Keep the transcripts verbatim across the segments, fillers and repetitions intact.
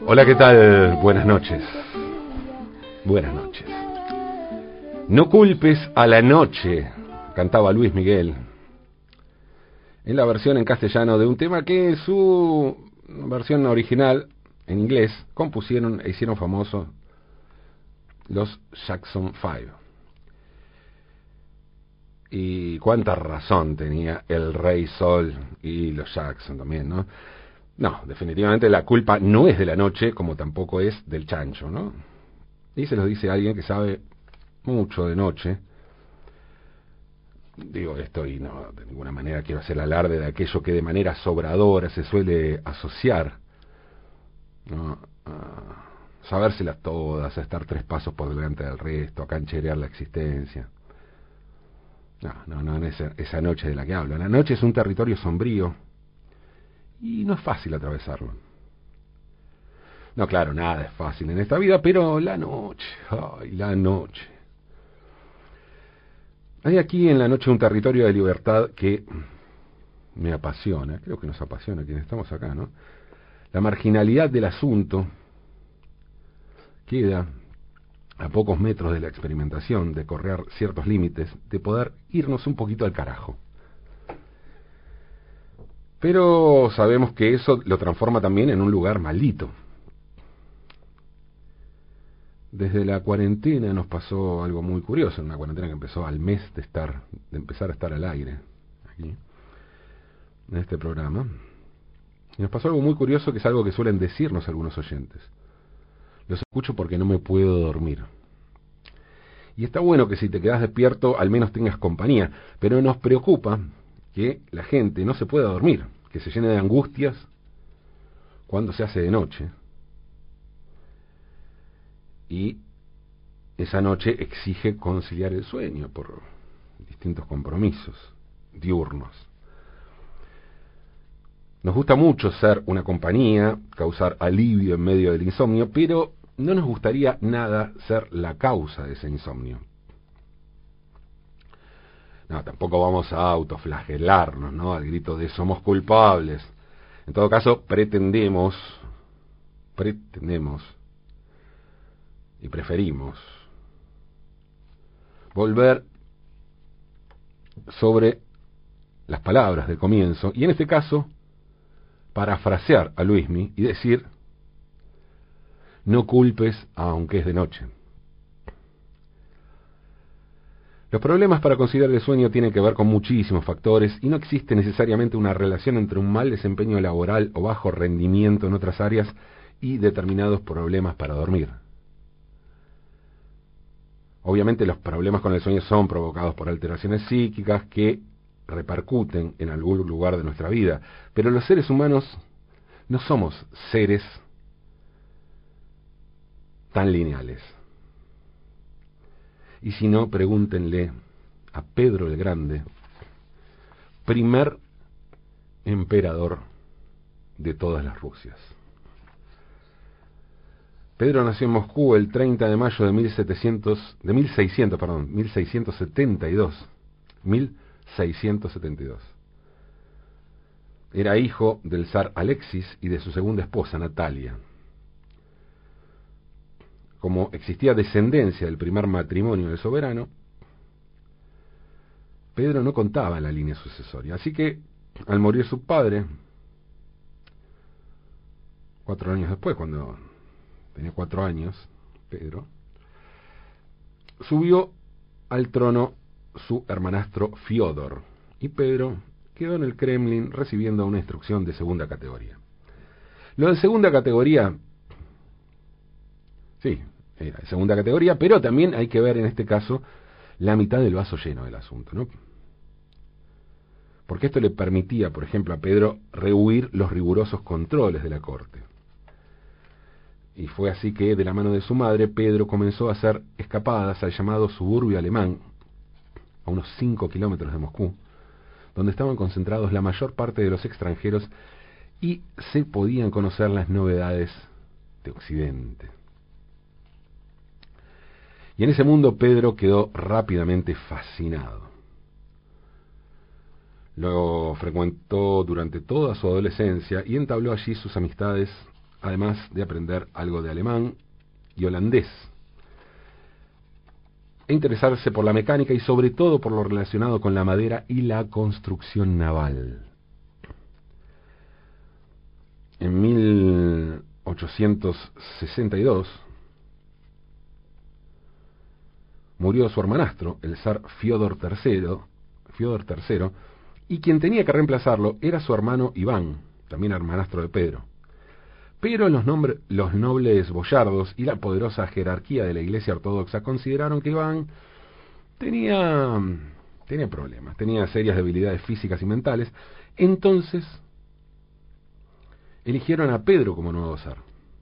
Hola, ¿qué tal? Buenas noches. Buenas noches. No culpes a la noche, cantaba Luis Miguel, en la versión en castellano de un tema que en su versión original, en inglés, compusieron e hicieron famoso los Jackson Five. Y cuánta razón tenía el Rey Sol y los Jackson también, ¿no? No, definitivamente la culpa no es de la noche, como tampoco es del chancho, ¿no? Y se lo dice alguien que sabe mucho de noche. Digo esto y no, de ninguna manera quiero hacer alarde de aquello que de manera sobradora se suele asociar, ¿no? A sabérselas todas, a estar tres pasos por delante del resto, a cancherear la existencia. No, no, no, no es esa noche de la que hablo. La noche es un territorio sombrío y no es fácil atravesarlo. No, claro, nada es fácil en esta vida, pero la noche, ay, la noche. Hay aquí en la noche un territorio de libertad que me apasiona, creo que nos apasiona quienes estamos acá, ¿no? La marginalidad del asunto queda a pocos metros de la experimentación, de correr ciertos límites, de poder irnos un poquito al carajo. Pero sabemos que eso lo transforma también en un lugar maldito. Desde la cuarentena nos pasó algo muy curioso, una cuarentena que empezó al mes de estar, de empezar a estar al aire, aquí, en este programa. Y nos pasó algo muy curioso, que es algo que suelen decirnos algunos oyentes. Los escucho porque no me puedo dormir. Y está bueno que si te quedas despierto, al menos tengas compañía, pero nos preocupa que la gente no se pueda dormir, que se llene de angustias cuando se hace de noche. Y esa noche exige conciliar el sueño por distintos compromisos diurnos. Nos gusta mucho ser una compañía, causar alivio en medio del insomnio, pero no nos gustaría nada ser la causa de ese insomnio. No, tampoco vamos a autoflagelarnos, ¿no? Al grito de somos culpables. En todo caso, pretendemos, pretendemos y preferimos volver sobre las palabras del comienzo, y en este caso, parafrasear a Luismi y decir: no culpes aunque es de noche. Los problemas para conciliar el sueño tienen que ver con muchísimos factores y no existe necesariamente una relación entre un mal desempeño laboral o bajo rendimiento en otras áreas y determinados problemas para dormir. Obviamente los problemas con el sueño son provocados por alteraciones psíquicas que repercuten en algún lugar de nuestra vida, pero los seres humanos no somos seres tan lineales. Y si no, pregúntenle a Pedro el Grande, primer emperador de todas las Rusias. Pedro nació en Moscú el treinta de mayo de mil setecientos, de mil seiscientos, perdón, mil seiscientos setenta y dos. mil seiscientos setenta y dos. Era hijo del zar Alexis y de su segunda esposa, Natalia. Como existía descendencia del primer matrimonio del soberano, Pedro no contaba en la línea sucesoria. Así que, al morir su padre, cuatro años después, cuando tenía cuatro años, Pedro, subió al trono su hermanastro Fiódor, y Pedro quedó en el Kremlin recibiendo una instrucción de segunda categoría. Lo de segunda categoría, sí, era de segunda categoría, pero también hay que ver en este caso la mitad del vaso lleno del asunto, ¿no? Porque esto le permitía, por ejemplo, a Pedro rehuir los rigurosos controles de la corte. Y fue así que, de la mano de su madre, Pedro comenzó a hacer escapadas al llamado suburbio alemán, a unos cinco kilómetros de Moscú, donde estaban concentrados la mayor parte de los extranjeros y se podían conocer las novedades de Occidente. Y en ese mundo Pedro quedó rápidamente fascinado. Lo frecuentó durante toda su adolescencia y entabló allí sus amistades además de aprender algo de alemán y holandés, e interesarse por la mecánica y sobre todo por lo relacionado con la madera y la construcción naval. En mil ochocientos sesenta y dos murió su hermanastro, el zar Fiódor tercero, Fiódor tercero, y quien tenía que reemplazarlo era su hermano Iván, también hermanastro de Pedro. Pero los, nombre, los nobles boyardos y la poderosa jerarquía de la Iglesia Ortodoxa consideraron que Iván tenía, tenía problemas, tenía serias debilidades físicas y mentales. Entonces eligieron a Pedro como nuevo zar.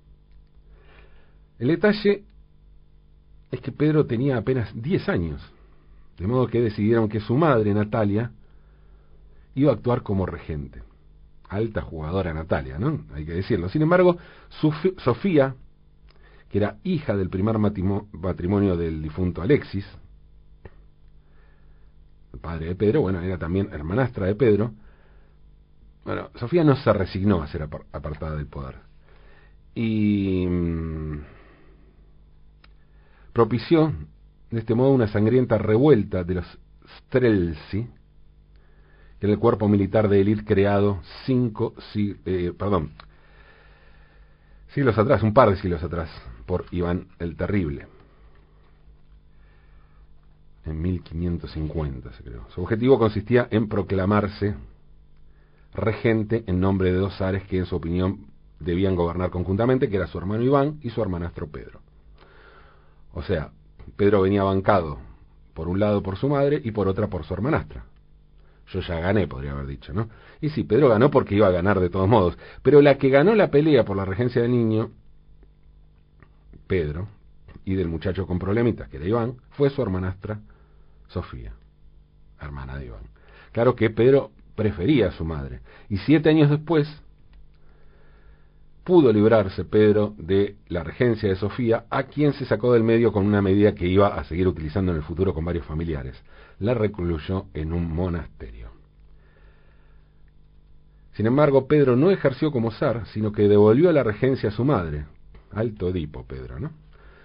El detalle es que Pedro tenía apenas diez años, de modo que decidieron que su madre, Natalia, iba a actuar como regente. Alta jugadora Natalia, ¿no? Hay que decirlo. Sin embargo, Sofía, que era hija del primer matrimonio del difunto Alexis, el padre de Pedro, bueno, era también hermanastra de Pedro. Bueno, Sofía no se resignó a ser apartada del poder. Y mmm, propició, de este modo, una sangrienta revuelta de los Streltsy, que era el cuerpo militar de élite creado cinco, eh, perdón, siglos atrás, un par de siglos atrás, por Iván el Terrible. En mil quinientos cincuenta, se creó. Su objetivo consistía en proclamarse regente en nombre de dos zares que, en su opinión, debían gobernar conjuntamente, que era su hermano Iván y su hermanastro Pedro. O sea, Pedro venía bancado, por un lado por su madre y por otra por su hermanastra. Yo ya gané, podría haber dicho, ¿no? Y sí, Pedro ganó porque iba a ganar de todos modos. Pero la que ganó la pelea por la regencia del niño, Pedro, y del muchacho con problemitas, que era Iván, fue su hermanastra Sofía, hermana de Iván. Claro que Pedro prefería a su madre. Y siete años después pudo librarse Pedro de la regencia de Sofía, a quien se sacó del medio con una medida que iba a seguir utilizando en el futuro con varios familiares. La recluyó en un monasterio. Sin embargo, Pedro no ejerció como zar, sino que devolvió la regencia a su madre. Alto Edipo, Pedro, ¿no?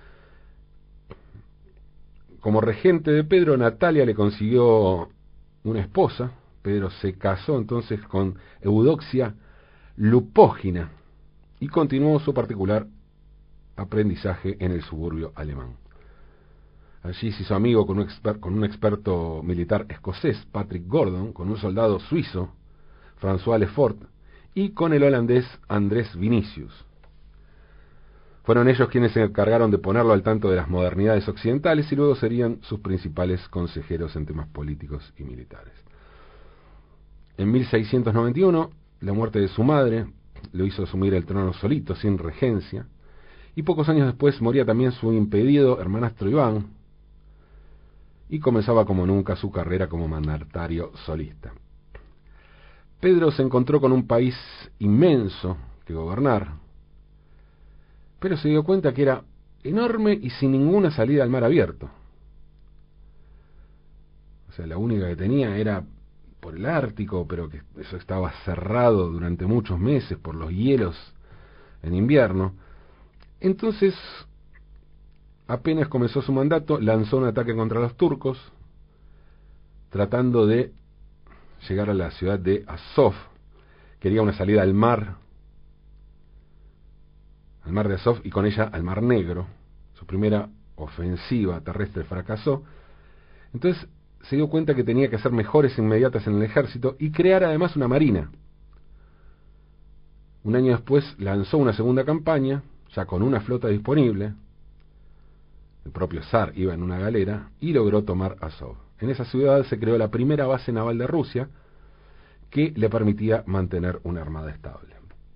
Como regente de Pedro, Natalia le consiguió una esposa. Pedro se casó entonces con Eudoxia Lupógina y continuó su particular aprendizaje en el suburbio alemán. Allí se hizo amigo con un, exper con un experto militar escocés, Patrick Gordon, con un soldado suizo, François Lefort, y con el holandés Andrés Vinicius. Fueron ellos quienes se encargaron de ponerlo al tanto de las modernidades occidentales y luego serían sus principales consejeros en temas políticos y militares. En mil seiscientos noventa y uno, la muerte de su madre lo hizo asumir el trono solito, sin regencia, y pocos años después moría también su impedido hermanastro Iván, y comenzaba como nunca su carrera como mandatario solista. Pedro se encontró con un país inmenso que gobernar, pero se dio cuenta que era enorme y sin ninguna salida al mar abierto. O sea, la única que tenía era por el Ártico, pero que eso estaba cerrado durante muchos meses por los hielos en invierno. Entonces, apenas comenzó su mandato, lanzó un ataque contra los turcos, tratando de llegar a la ciudad de Azov. Quería una salida al mar, al mar de Azov, y con ella al Mar Negro. Su primera ofensiva terrestre fracasó. Entonces se dio cuenta que tenía que hacer mejoras inmediatas en el ejército y crear además una marina. Un año después lanzó una segunda campaña, ya con una flota disponible. El propio zar iba en una galera y logró tomar Azov. En esa ciudad se creó la primera base naval de Rusia, que le permitía mantener una armada estable.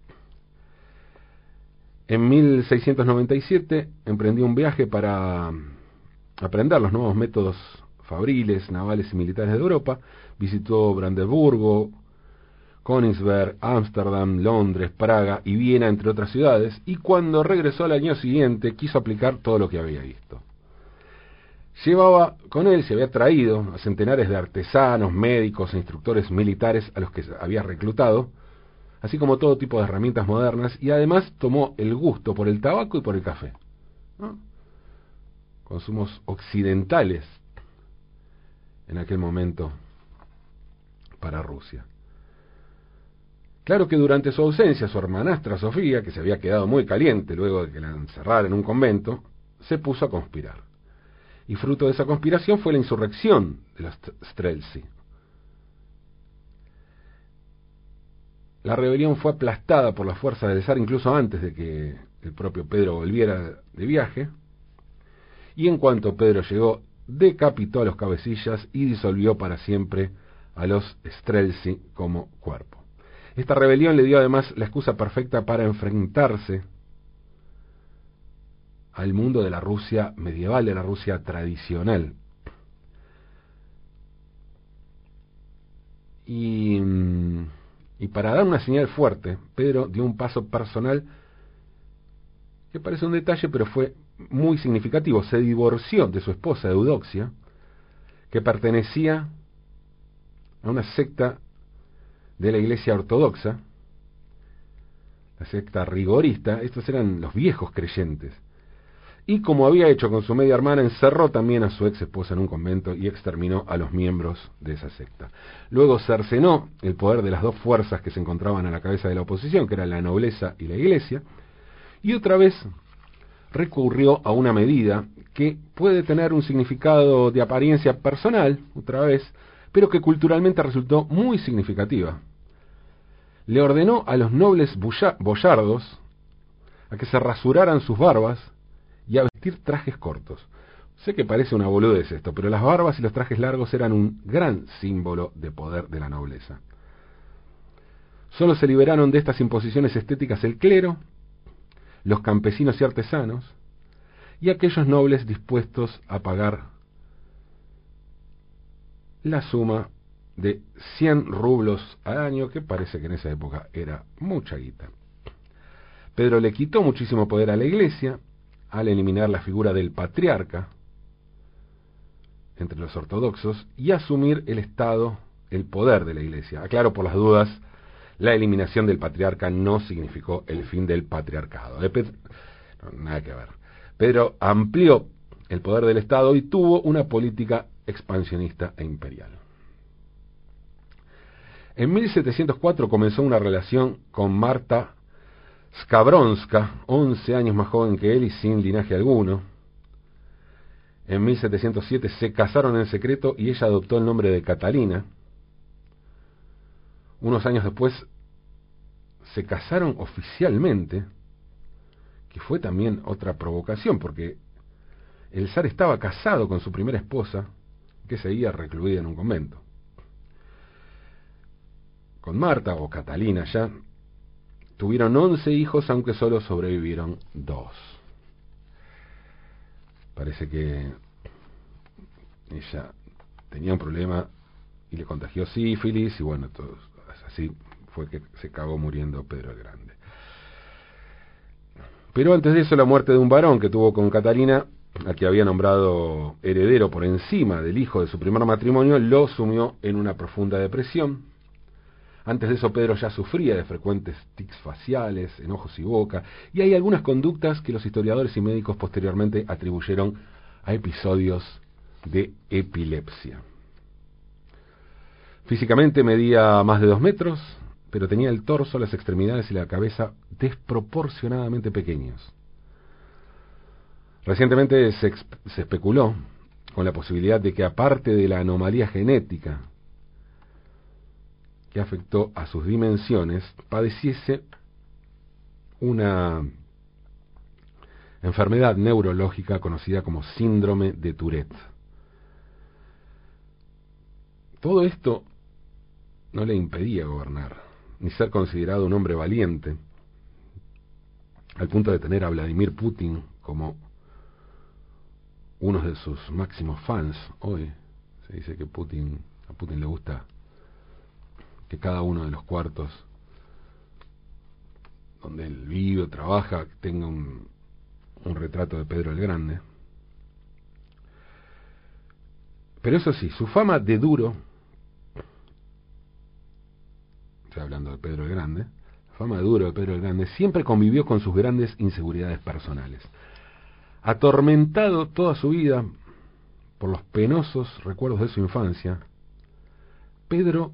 En mil seiscientos noventa y siete emprendió un viaje para aprender los nuevos métodos fabriles, navales y militares de Europa. Visitó Brandeburgo, Königsberg, Ámsterdam, Londres, Praga y Viena, entre otras ciudades, y cuando regresó al año siguiente quiso aplicar todo lo que había visto. Llevaba con él, se había traído a centenares de artesanos, médicos e instructores militares a los que había reclutado, así como todo tipo de herramientas modernas, y además tomó el gusto por el tabaco y por el café, ¿no? Consumos occidentales en aquel momento para Rusia. Claro que durante su ausencia, su hermanastra Sofía, que se había quedado muy caliente luego de que la encerrara en un convento, se puso a conspirar. Y fruto de esa conspiración fue la insurrección de los Streltsy. La rebelión fue aplastada por las fuerzas del zar incluso antes de que el propio Pedro volviera de viaje, y en cuanto Pedro llegó, decapitó a los cabecillas y disolvió para siempre a los Streltsy como cuerpo. Esta rebelión le dio además la excusa perfecta para enfrentarse al mundo de la Rusia medieval, de la Rusia tradicional. Y, y para dar una señal fuerte, Pedro dio un paso personal que parece un detalle, pero fue muy significativo. Se divorció de su esposa Eudoxia, que pertenecía a una secta de la Iglesia Ortodoxa, la secta rigorista. Estos eran los viejos creyentes. Y como había hecho con su media hermana, encerró también a su ex esposa en un convento y exterminó a los miembros de esa secta. Luego cercenó el poder de las dos fuerzas que se encontraban a la cabeza de la oposición, que era la nobleza y la Iglesia, y otra vez recurrió a una medida que puede tener un significado de apariencia personal, otra vez, pero que culturalmente resultó muy significativa. Le ordenó a los nobles boyardos a que se rasuraran sus barbas y a vestir trajes cortos. Sé que parece una boludez esto, pero las barbas y los trajes largos eran un gran símbolo de poder de la nobleza. Solo se liberaron de estas imposiciones estéticas el clero, los campesinos y artesanos, y aquellos nobles dispuestos a pagar la suma de cien rublos al año, que parece que en esa época era mucha guita. Pedro le quitó muchísimo poder a la Iglesia al eliminar la figura del patriarca entre los ortodoxos y asumir el Estado, el poder de la Iglesia. Aclaro por las dudas, la eliminación del patriarca no significó el fin del patriarcado. De Pedro, no, nada que ver. Pedro amplió el poder del Estado y tuvo una política expansionista e imperial. En mil setecientos cuatro comenzó una relación con Marta Skavronska, once años más joven que él y sin linaje alguno. En mil setecientos siete se casaron en secreto y ella adoptó el nombre de Catalina. Unos años después se casaron oficialmente, que fue también otra provocación, porque el zar estaba casado con su primera esposa, que seguía recluida en un convento. Con Marta, o Catalina ya, tuvieron once hijos, aunque solo sobrevivieron dos. Parece que ella tenía un problema y le contagió sífilis, y bueno, todo, así fue que se cagó muriendo Pedro el Grande. Pero antes de eso, la muerte de un varón que tuvo con Catalina, a que había nombrado heredero por encima del hijo de su primer matrimonio, lo sumió en una profunda depresión. Antes de eso, Pedro ya sufría de frecuentes tics faciales, en ojos y boca, y hay algunas conductas que los historiadores y médicos posteriormente atribuyeron a episodios de epilepsia. Físicamente medía más de dos metros, pero tenía el torso, las extremidades y la cabeza desproporcionadamente pequeños. Recientemente se, se especuló con la posibilidad de que, aparte de la anomalía genética que afectó a sus dimensiones, padeciese una enfermedad neurológica conocida como síndrome de Tourette. Todo esto no le impedía gobernar, ni ser considerado un hombre valiente, al punto de tener a Vladimir Putin como uno de sus máximos fans. Hoy se dice que Putin, a Putin le gusta que cada uno de los cuartos donde él vive o trabaja tenga un, un retrato de Pedro el Grande. Pero eso sí, su fama de duro, estoy hablando de Pedro el Grande, fama de duro de Pedro el Grande, siempre convivió con sus grandes inseguridades personales. Atormentado toda su vida por los penosos recuerdos de su infancia, Pedro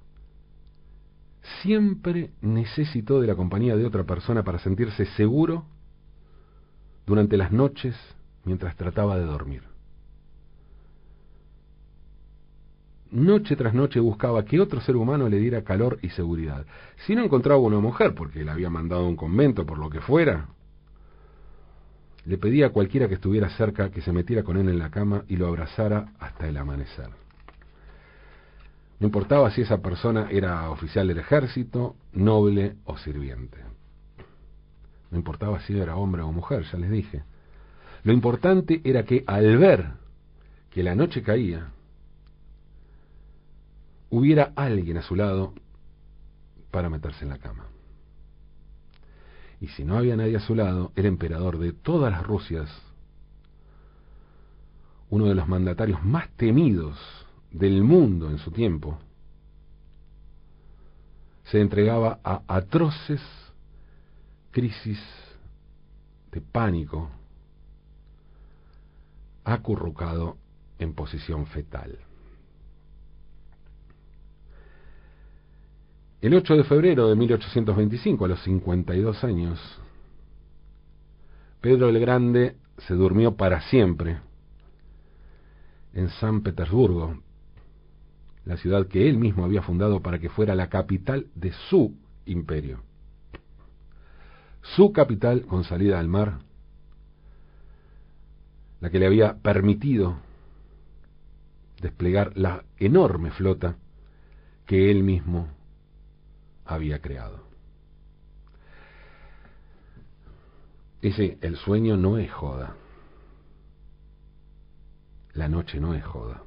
siempre necesitó de la compañía de otra persona para sentirse seguro durante las noches mientras trataba de dormir. Noche tras noche buscaba que otro ser humano le diera calor y seguridad. Si no encontraba una mujer, porque la había mandado a un convento, por lo que fuera, le pedía a cualquiera que estuviera cerca que se metiera con él en la cama y lo abrazara hasta el amanecer. No importaba si esa persona era oficial del ejército, noble o sirviente. No importaba si era hombre o mujer, ya les dije. Lo importante era que al ver que la noche caía, hubiera alguien a su lado para meterse en la cama. Y si no había nadie a su lado, el emperador de todas las Rusias, uno de los mandatarios más temidos del mundo en su tiempo, se entregaba a atroces crisis de pánico, acurrucado en posición fetal. El ocho de febrero de mil ochocientos veinticinco, a los cincuenta y dos años, Pedro el Grande se durmió para siempre en San Petersburgo, la ciudad que él mismo había fundado para que fuera la capital de su imperio. Su capital con salida al mar, la que le había permitido desplegar la enorme flota que él mismo había creado. Y sí, el sueño no es joda. La noche no es joda.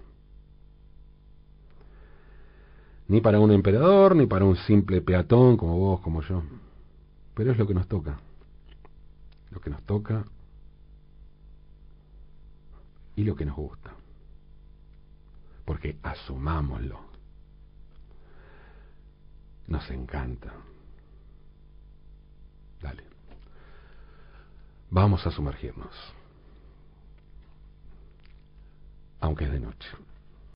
Ni para un emperador, ni para un simple peatón como vos, como yo. Pero es lo que nos toca. Lo que nos toca y lo que nos gusta. Porque asumámoslo. Nos encanta. Dale. Vamos a sumergirnos. Aunque es de noche.